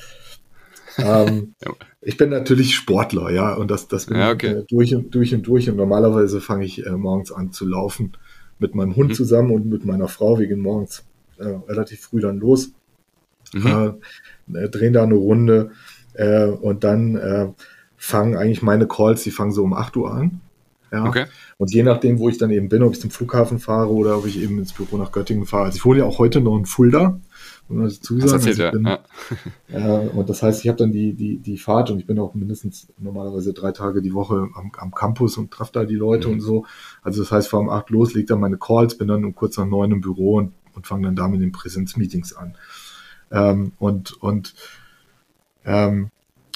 [SPEAKER 3] ähm, ja. ich bin natürlich Sportler, ja, und das, das bin ja, okay. ich äh, durch und durch und durch. Und normalerweise fange ich äh, morgens an zu laufen mit meinem Hund mhm. zusammen und mit meiner Frau. Wir gehen morgens äh, relativ früh dann los. Mhm. Äh, drehen da eine Runde, Äh, und dann äh, fangen eigentlich meine Calls, die fangen so um acht Uhr an. Ja.
[SPEAKER 1] Okay.
[SPEAKER 3] Und je nachdem, wo ich dann eben bin, ob ich zum Flughafen fahre oder ob ich eben ins Büro nach Göttingen fahre. Also ich wohne ja auch heute noch in Fulda. Das
[SPEAKER 1] erzählt,
[SPEAKER 3] also bin,
[SPEAKER 1] ja.
[SPEAKER 3] ja. Äh, und das heißt, ich habe dann die, die, die Fahrt und ich bin auch mindestens normalerweise drei Tage die Woche am, am Campus und treffe da die Leute mhm. und so. Also das heißt, ich fahre um acht los, lege dann meine Calls, bin dann um kurz nach neun im Büro und, und fange dann da mit den Präsenzmeetings an. Ähm, und und ähm,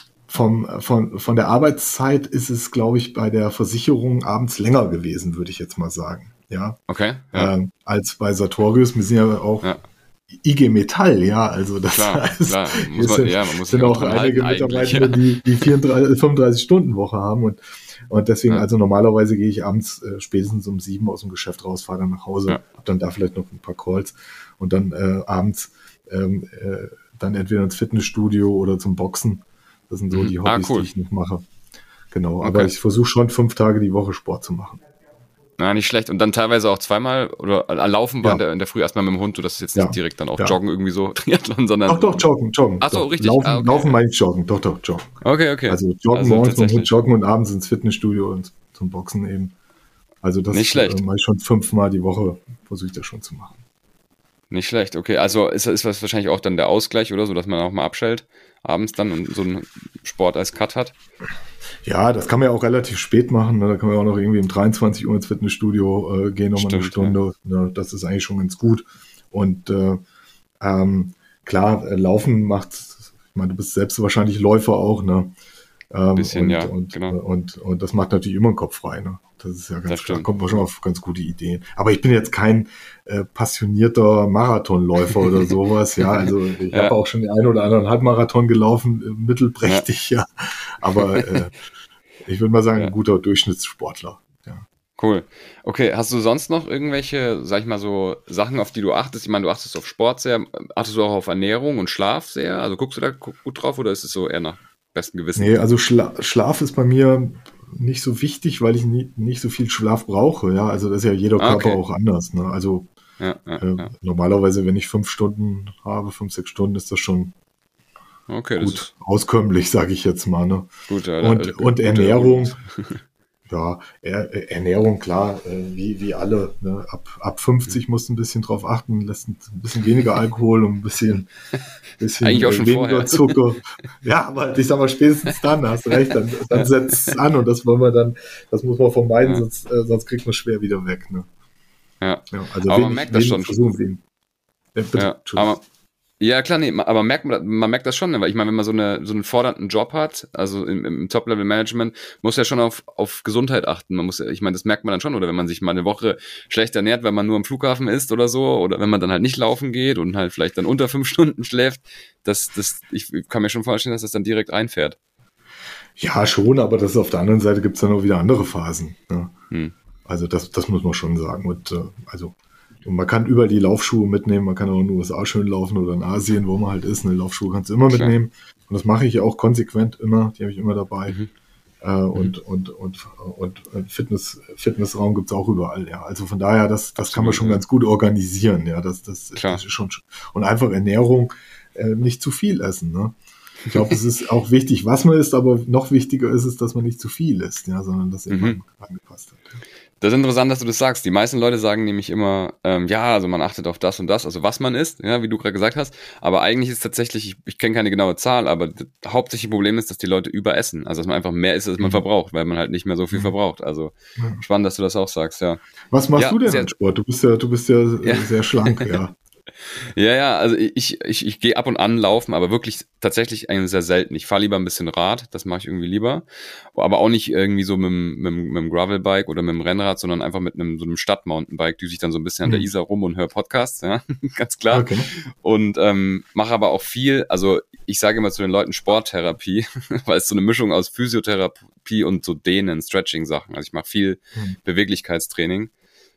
[SPEAKER 3] vom, von, von der Arbeitszeit ist es, glaube ich, bei der Versicherung abends länger gewesen, würde ich jetzt mal sagen. Ja.
[SPEAKER 1] Okay. Ja.
[SPEAKER 3] Ähm, als bei Sartorius. Wir sind ja auch
[SPEAKER 1] ja.
[SPEAKER 3] I G Metall, ja, also das
[SPEAKER 1] klar,
[SPEAKER 3] heißt,
[SPEAKER 1] klar. Muss
[SPEAKER 3] es
[SPEAKER 1] man,
[SPEAKER 3] sind,
[SPEAKER 1] ja, man muss
[SPEAKER 3] sind auch einige Mitarbeiter,
[SPEAKER 1] ja.
[SPEAKER 3] die, die fünfunddreißig-Stunden-Woche haben und, und deswegen, ja. also normalerweise gehe ich abends äh, spätestens um sieben aus dem Geschäft raus, fahre dann nach Hause, ja. habe dann da vielleicht noch ein paar Calls und dann äh, abends ähm, äh, dann entweder ins Fitnessstudio oder zum Boxen. Das sind so mhm. die Hobbys, ah, cool. die ich noch mache. Genau, okay. Aber ich versuche schon fünf Tage die Woche Sport zu machen.
[SPEAKER 1] Na, nicht schlecht. Und dann teilweise auch zweimal oder laufen war ja. in, der, in der Früh erstmal mit dem Hund, das ist jetzt nicht ja. direkt dann auch ja. Joggen irgendwie so, Triathlon, sondern...
[SPEAKER 3] Doch, doch, Joggen, Joggen.
[SPEAKER 1] Ach so,
[SPEAKER 3] doch.
[SPEAKER 1] richtig.
[SPEAKER 3] Laufen,
[SPEAKER 1] ah, okay.
[SPEAKER 3] laufen meine ich Joggen, doch, doch, Joggen.
[SPEAKER 1] Okay, okay.
[SPEAKER 3] Also Joggen also morgens mit dem Hund joggen und abends ins Fitnessstudio und zum Boxen eben. Also das
[SPEAKER 1] nicht schlecht.
[SPEAKER 3] Äh, mache ich schon fünfmal die Woche, versuche ich das schon zu machen.
[SPEAKER 1] Nicht schlecht, okay. Also ist, ist das wahrscheinlich auch dann der Ausgleich oder so, dass man auch mal abschaltet abends dann und so einen Sport als Cut hat?
[SPEAKER 3] Ja, das kann man ja auch relativ spät machen. Ne? Da kann man auch noch irgendwie um dreiundzwanzig Uhr ins Fitnessstudio äh, gehen, nochmal eine Stunde. Ja. Ne? Das ist eigentlich schon ganz gut. Und äh, ähm, klar, äh, Laufen macht, ich meine, du bist selbst wahrscheinlich Läufer auch, ne? Ähm,
[SPEAKER 1] bisschen,
[SPEAKER 3] und,
[SPEAKER 1] ja,
[SPEAKER 3] und,
[SPEAKER 1] genau.
[SPEAKER 3] Und, und, und das macht natürlich immer den Kopf frei. Ne? Das ist ja ganz klar, kommt man schon
[SPEAKER 1] ja.
[SPEAKER 3] auf ganz gute Ideen. Aber ich bin jetzt kein äh, passionierter Marathonläufer oder sowas. Ja, also ich ja. habe auch schon den einen oder anderen Halbmarathon gelaufen, äh, mittelprächtig, ja. ja. Aber äh, ich würde mal sagen, ja. ein guter Durchschnittssportler. Ja.
[SPEAKER 1] Cool. Okay, hast du sonst noch irgendwelche, sag ich mal so, Sachen, auf die du achtest? Ich meine, du achtest auf Sport sehr, achtest du auch auf Ernährung und Schlaf sehr? Also guckst du da gut drauf oder ist es so eher nach besten Gewissen?
[SPEAKER 3] Nee, also Schla- Schlaf ist bei mir nicht so wichtig, weil ich nie, nicht so viel Schlaf brauche. Ja, also das ist ja jeder Körper
[SPEAKER 1] ah, okay.
[SPEAKER 3] auch anders. Ne? Also
[SPEAKER 1] ja, ja,
[SPEAKER 3] äh,
[SPEAKER 1] ja.
[SPEAKER 3] normalerweise, wenn ich fünf Stunden habe, fünf, sechs Stunden, ist das schon
[SPEAKER 1] okay,
[SPEAKER 3] gut
[SPEAKER 1] das ist
[SPEAKER 3] auskömmlich, sage ich jetzt mal. Ne?
[SPEAKER 1] Gut, ja,
[SPEAKER 3] und,
[SPEAKER 1] ja,
[SPEAKER 3] und Ernährung, ja, er, Ernährung, klar, äh, wie, wie alle. Ne? Ab, ab fünfzig musst du ein bisschen drauf achten, lässt ein bisschen weniger Alkohol und ein bisschen, bisschen
[SPEAKER 1] Eigentlich auch schon
[SPEAKER 3] weniger
[SPEAKER 1] vorher.
[SPEAKER 3] Zucker. Ja, aber ich sag mal, spätestens dann hast du recht, dann, dann setzt es an und das wollen wir dann, das muss man vermeiden,
[SPEAKER 1] Ja.
[SPEAKER 3] sonst, äh, sonst kriegt man schwer wieder weg. Ne?
[SPEAKER 1] Ja.
[SPEAKER 3] Ja, also
[SPEAKER 1] Aber man
[SPEAKER 3] wenig,
[SPEAKER 1] merkt das schon.
[SPEAKER 3] versuchen wir ihn. Ja, bitte,
[SPEAKER 1] Ja, aber, ja, klar, nee, aber merkt man, man merkt das schon, ne? Weil ich meine, wenn man so, eine, so einen fordernden Job hat, also im, im Top-Level-Management, muss ja schon auf, auf Gesundheit achten. Man muss, ich meine, das merkt man dann schon, oder wenn man sich mal eine Woche schlecht ernährt, weil man nur am Flughafen ist oder so, oder wenn man dann halt nicht laufen geht und halt vielleicht dann unter fünf Stunden schläft, das, das, ich kann mir schon vorstellen, dass das dann direkt einfährt.
[SPEAKER 3] Ja, schon, aber das auf der anderen Seite gibt es dann auch wieder andere Phasen. Ne?
[SPEAKER 1] Hm.
[SPEAKER 3] Also das, das muss man schon sagen. Und äh, also und man kann überall die Laufschuhe mitnehmen, man kann auch in den U S A schön laufen oder in Asien, wo man halt ist. Eine Laufschuhe kannst du immer
[SPEAKER 1] Klar.
[SPEAKER 3] mitnehmen. Und das mache ich ja auch konsequent immer, die habe ich immer dabei.
[SPEAKER 1] Mhm.
[SPEAKER 3] Äh, und, und, und, und, und Fitness, Fitnessraum gibt es auch überall, ja. Also von daher, das, das kann man schon
[SPEAKER 1] ja.
[SPEAKER 3] ganz gut organisieren, ja. Das, das,
[SPEAKER 1] Klar.
[SPEAKER 3] das ist schon. Und einfach Ernährung, äh, nicht zu viel essen, ne? Ich glaube, es ist auch wichtig, was man isst, aber noch wichtiger ist es, dass man nicht zu viel isst, ja, sondern dass eben
[SPEAKER 1] Mhm.
[SPEAKER 3] angepasst hat. Ja.
[SPEAKER 1] Das ist interessant, dass du das sagst. Die meisten Leute sagen nämlich immer, ähm, ja, also man achtet auf das und das, also was man isst, ja, wie du gerade gesagt hast. Aber eigentlich ist tatsächlich, ich, ich kenne keine genaue Zahl, aber das hauptsächliche Problem ist, dass die Leute überessen. Also dass man einfach mehr isst, als man
[SPEAKER 3] Mhm.
[SPEAKER 1] verbraucht, weil man halt nicht mehr so viel
[SPEAKER 3] Mhm.
[SPEAKER 1] verbraucht. Also
[SPEAKER 3] Ja.
[SPEAKER 1] spannend, dass du das auch sagst, ja.
[SPEAKER 3] Was machst
[SPEAKER 1] Ja,
[SPEAKER 3] du denn
[SPEAKER 1] sehr-
[SPEAKER 3] an Sport? Du bist ja, du bist ja, äh,
[SPEAKER 1] Ja.
[SPEAKER 3] sehr schlank, ja.
[SPEAKER 1] Ja, ja, also ich, ich, ich gehe ab und an laufen, aber wirklich tatsächlich eigentlich sehr selten. Ich fahre lieber ein bisschen Rad, das mache ich irgendwie lieber. Aber auch nicht irgendwie so mit, dem- mit, dem- mit dem Gravelbike oder mit dem Rennrad, sondern einfach mit einem so einem Stadt-Mountainbike, düse ich dann so ein bisschen an der
[SPEAKER 3] Mhm.
[SPEAKER 1] Isar rum und höre Podcasts, ja, ganz klar.
[SPEAKER 3] Okay.
[SPEAKER 1] Und ähm, mache aber auch viel, also ich sage immer zu den Leuten Sporttherapie, weil es so eine Mischung aus Physiotherapie und so Dehnen, Stretching-Sachen. Also ich mache viel
[SPEAKER 3] Mhm.
[SPEAKER 1] Beweglichkeitstraining.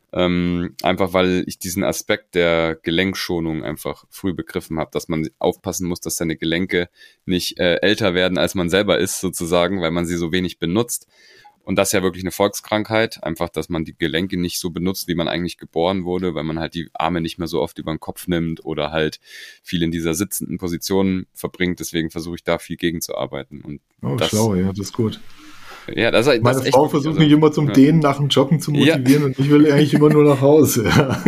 [SPEAKER 1] Ähm, einfach weil ich diesen Aspekt der Gelenkschonung einfach früh begriffen habe, dass man aufpassen muss, dass seine Gelenke nicht äh, älter werden, als man selber ist, sozusagen, weil man sie so wenig benutzt. Und das ist ja wirklich eine Volkskrankheit, einfach, dass man die Gelenke nicht so benutzt, wie man eigentlich geboren wurde, weil man halt die Arme nicht mehr so oft über den Kopf nimmt oder halt viel in dieser sitzenden Position verbringt. Deswegen versuche ich da viel gegenzuarbeiten. Und
[SPEAKER 3] oh,
[SPEAKER 1] das,
[SPEAKER 3] schlau, ja, das ist gut.
[SPEAKER 1] Ja, das, das
[SPEAKER 3] Meine
[SPEAKER 1] ist echt
[SPEAKER 3] Frau
[SPEAKER 1] gut,
[SPEAKER 3] versucht
[SPEAKER 1] also,
[SPEAKER 3] mich immer zum
[SPEAKER 1] ja.
[SPEAKER 3] Dehnen nach dem Joggen zu motivieren
[SPEAKER 1] Ja.
[SPEAKER 3] und ich will eigentlich immer nur nach Hause.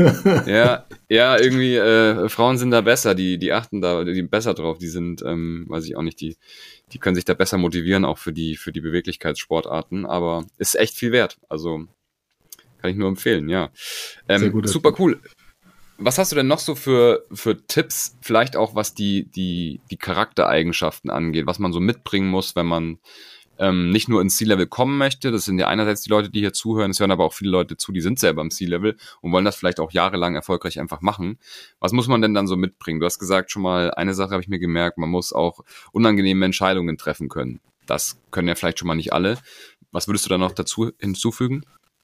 [SPEAKER 1] Ja, ja, irgendwie, äh, Frauen sind da besser, die, die achten da, die besser drauf, die sind, ähm, weiß ich auch nicht, die, die können sich da besser motivieren, auch für die, für die Beweglichkeitssportarten, aber ist echt viel wert, also kann ich nur empfehlen, ja.
[SPEAKER 3] Sehr
[SPEAKER 1] Ähm,
[SPEAKER 3] guter
[SPEAKER 1] super
[SPEAKER 3] Tipp.
[SPEAKER 1] cool. Was hast du denn noch so für, für Tipps, vielleicht auch was die, die, die Charaktereigenschaften angeht, was man so mitbringen muss, wenn man ähm, nicht nur ins C-Level kommen möchte? Das sind ja einerseits die Leute, die hier zuhören, es hören aber auch viele Leute zu, die sind selber im C-Level und wollen das vielleicht auch jahrelang erfolgreich einfach machen. Was muss man denn dann so mitbringen? Du hast gesagt schon mal, eine Sache habe ich mir gemerkt, man muss auch unangenehme Entscheidungen treffen können. Das können ja vielleicht schon mal nicht alle. Was würdest du da noch dazu hinzufügen?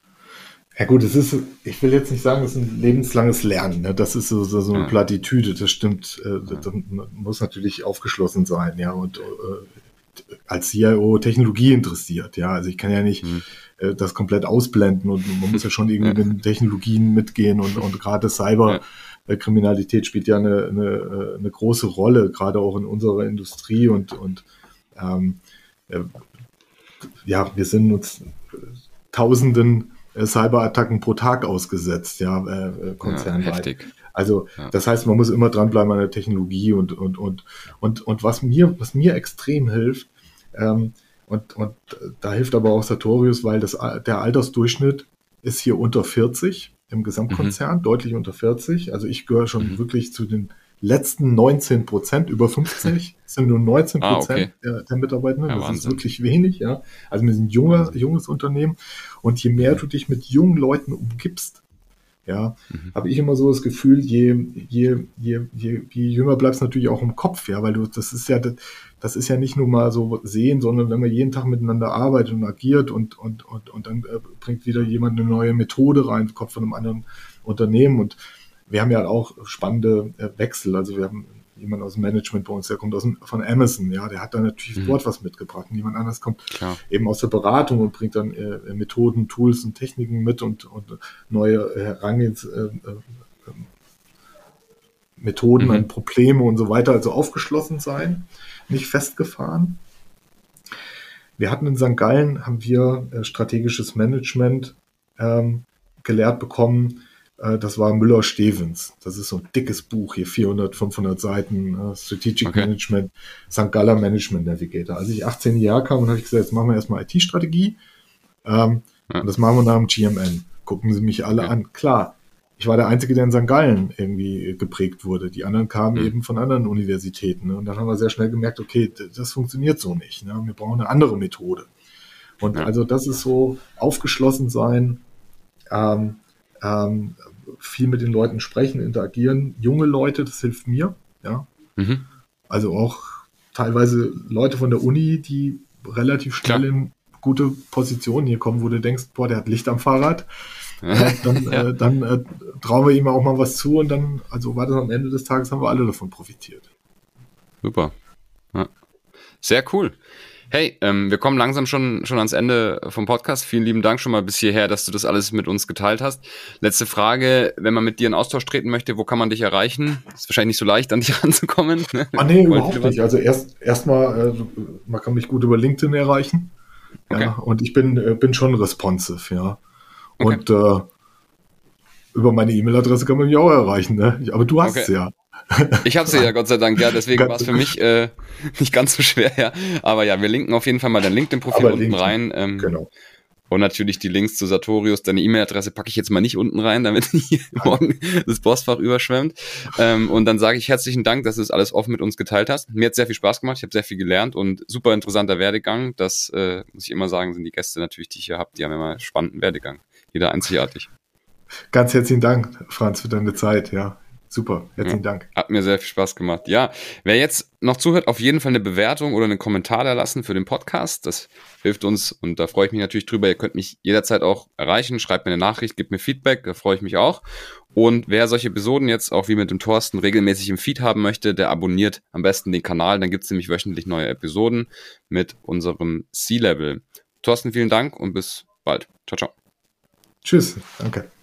[SPEAKER 3] Ja gut, es ist, ich will jetzt nicht sagen, es ist ein lebenslanges Lernen. Ne? Das ist so, so, so eine
[SPEAKER 1] Ja.
[SPEAKER 3] Plattitüde, das stimmt. Äh, das, man muss natürlich aufgeschlossen sein, ja, und äh, als C I O Technologie interessiert, ja. Also ich kann ja nicht
[SPEAKER 1] Mhm.
[SPEAKER 3] äh, das komplett ausblenden und man muss ja schon irgendwie
[SPEAKER 1] Ja.
[SPEAKER 3] mit den Technologien mitgehen und, und gerade Cyberkriminalität spielt ja eine, eine, eine große Rolle, gerade auch in unserer Industrie und, und ähm, äh, ja, wir sind uns tausenden äh, Cyberattacken pro Tag ausgesetzt, ja, äh, konzernweit.
[SPEAKER 1] Ja, heftig.
[SPEAKER 3] Also
[SPEAKER 1] Ja.
[SPEAKER 3] das heißt, man muss immer dranbleiben an der Technologie und und und und und was mir was mir extrem hilft ähm, und und da hilft aber auch Sartorius, weil das der Altersdurchschnitt ist hier unter vierzig im Gesamtkonzern,
[SPEAKER 1] Mhm.
[SPEAKER 3] deutlich unter vierzig. Also ich gehöre schon
[SPEAKER 1] Mhm.
[SPEAKER 3] wirklich zu den letzten neunzehn Prozent, über fünfzig sind nur neunzehn Prozent
[SPEAKER 1] Ah, okay.
[SPEAKER 3] der, der Mitarbeitenden.
[SPEAKER 1] Ja,
[SPEAKER 3] Das ist
[SPEAKER 1] Wahnsinn.
[SPEAKER 3] wirklich wenig, ja. Also wir sind ein junger,
[SPEAKER 1] Wahnsinn.
[SPEAKER 3] junges Unternehmen und je mehr du dich mit jungen Leuten umgibst, ja,
[SPEAKER 1] Mhm.
[SPEAKER 3] habe ich immer so das Gefühl, je, je, je, je, je jünger bleibst du natürlich auch im Kopf, ja, weil du, das ist ja, das ist ja nicht nur mal so sehen, sondern wenn man jeden Tag miteinander arbeitet und agiert und, und, und, und dann äh, bringt wieder jemand eine neue Methode rein, kommt von einem anderen Unternehmen und wir haben ja auch spannende äh, Wechsel, also wir haben jemand aus dem Management bei uns, der kommt aus dem, von Amazon, ja, der hat da natürlich
[SPEAKER 1] Mhm.
[SPEAKER 3] dort was mitgebracht und jemand anders kommt
[SPEAKER 1] Klar.
[SPEAKER 3] eben aus der Beratung und bringt dann äh, Methoden, Tools und Techniken mit und, und neue Herangehens äh, äh, Methoden
[SPEAKER 1] Mhm.
[SPEAKER 3] an Probleme und so weiter, also aufgeschlossen sein, nicht festgefahren. Wir hatten in Sankt Gallen, haben wir äh, strategisches Management ähm, gelehrt bekommen. Äh, das war Müller-Stevens. Das ist so ein dickes Buch, hier vierhundert, fünfhundert Seiten, äh, Strategic
[SPEAKER 1] Okay.
[SPEAKER 3] Management, Sankt Galler Management Navigator. Als ich achtzehn Jahre kam, habe ich gesagt, jetzt machen wir erstmal I T-Strategie. Ähm,
[SPEAKER 1] Ja.
[SPEAKER 3] Und das machen wir nach dem G M N. Gucken Sie mich alle
[SPEAKER 1] Okay.
[SPEAKER 3] an. Klar, ich war der Einzige, der in Sankt Gallen irgendwie geprägt wurde. Die anderen kamen
[SPEAKER 1] Mhm.
[SPEAKER 3] eben von anderen Universitäten. Ne? Und dann haben wir sehr schnell gemerkt, okay, d- das funktioniert so nicht. Ne? Wir brauchen eine andere Methode. Und
[SPEAKER 1] Ja.
[SPEAKER 3] also das ist so aufgeschlossen sein, ähm, ähm, viel mit den Leuten sprechen, interagieren. Junge Leute, das hilft mir. Ja?
[SPEAKER 1] Mhm.
[SPEAKER 3] Also auch teilweise Leute von der Uni, die relativ schnell
[SPEAKER 1] Klar.
[SPEAKER 3] in gute Positionen hier kommen, wo du denkst, boah, der hat Licht am Fahrrad. Äh, dann
[SPEAKER 1] Ja.
[SPEAKER 3] äh, dann äh, trauen wir ihm auch mal was zu und dann, also war das am Ende des Tages, haben wir alle davon profitiert.
[SPEAKER 1] Super. Ja. Sehr cool. Hey, ähm, wir kommen langsam schon, schon ans Ende vom Podcast. Vielen lieben Dank schon mal bis hierher, dass du das alles mit uns geteilt hast. Letzte Frage, wenn man mit dir in Austausch treten möchte, wo kann man dich erreichen? Ist wahrscheinlich nicht so leicht, an dich ranzukommen. Ne?
[SPEAKER 3] Ah nee,
[SPEAKER 1] Wollen
[SPEAKER 3] überhaupt
[SPEAKER 1] viele was?
[SPEAKER 3] nicht. Also erst erstmal, äh, man kann mich gut über LinkedIn erreichen.
[SPEAKER 1] Okay.
[SPEAKER 3] Ja, und ich bin, äh, bin schon responsive, ja.
[SPEAKER 1] Okay.
[SPEAKER 3] Und äh, über meine E-Mail-Adresse kann man mich auch erreichen, ne? Aber du hast
[SPEAKER 1] Okay.
[SPEAKER 3] es ja.
[SPEAKER 1] Ich habe sie ja, Gott sei Dank, ja, deswegen
[SPEAKER 3] Ganz-
[SPEAKER 1] war es für mich äh, nicht ganz so schwer, ja. Aber ja, wir linken auf jeden Fall mal dein LinkedIn-Profil
[SPEAKER 3] Aber
[SPEAKER 1] unten
[SPEAKER 3] LinkedIn,
[SPEAKER 1] rein. Ähm,
[SPEAKER 3] Genau.
[SPEAKER 1] Und natürlich die Links zu Sartorius. Deine E-Mail-Adresse packe ich jetzt mal nicht unten rein, damit hier morgen das Postfach überschwemmt. Ähm, und dann sage ich herzlichen Dank, dass du das alles offen mit uns geteilt hast. Mir hat sehr viel Spaß gemacht, ich habe sehr viel gelernt und super interessanter Werdegang. Das äh, muss ich immer sagen, sind die Gäste natürlich, die ich hier habe, die haben immer einen spannenden Werdegang. Jeder einzigartig.
[SPEAKER 3] Ganz herzlichen Dank, Franz, für deine Zeit, ja. Super, herzlichen
[SPEAKER 1] Ja.
[SPEAKER 3] Dank.
[SPEAKER 1] Hat mir sehr viel Spaß gemacht. Ja, wer jetzt noch zuhört, auf jeden Fall eine Bewertung oder einen Kommentar da lassen für den Podcast. Das hilft uns und da freue ich mich natürlich drüber. Ihr könnt mich jederzeit auch erreichen. Schreibt mir eine Nachricht, gebt mir Feedback, da freue ich mich auch. Und wer solche Episoden jetzt auch wie mit dem Thorsten regelmäßig im Feed haben möchte, der abonniert am besten den Kanal. Dann gibt es nämlich wöchentlich neue Episoden mit unserem C-Level. Thorsten, vielen Dank und bis bald. Ciao, ciao.
[SPEAKER 3] Tschüss, danke.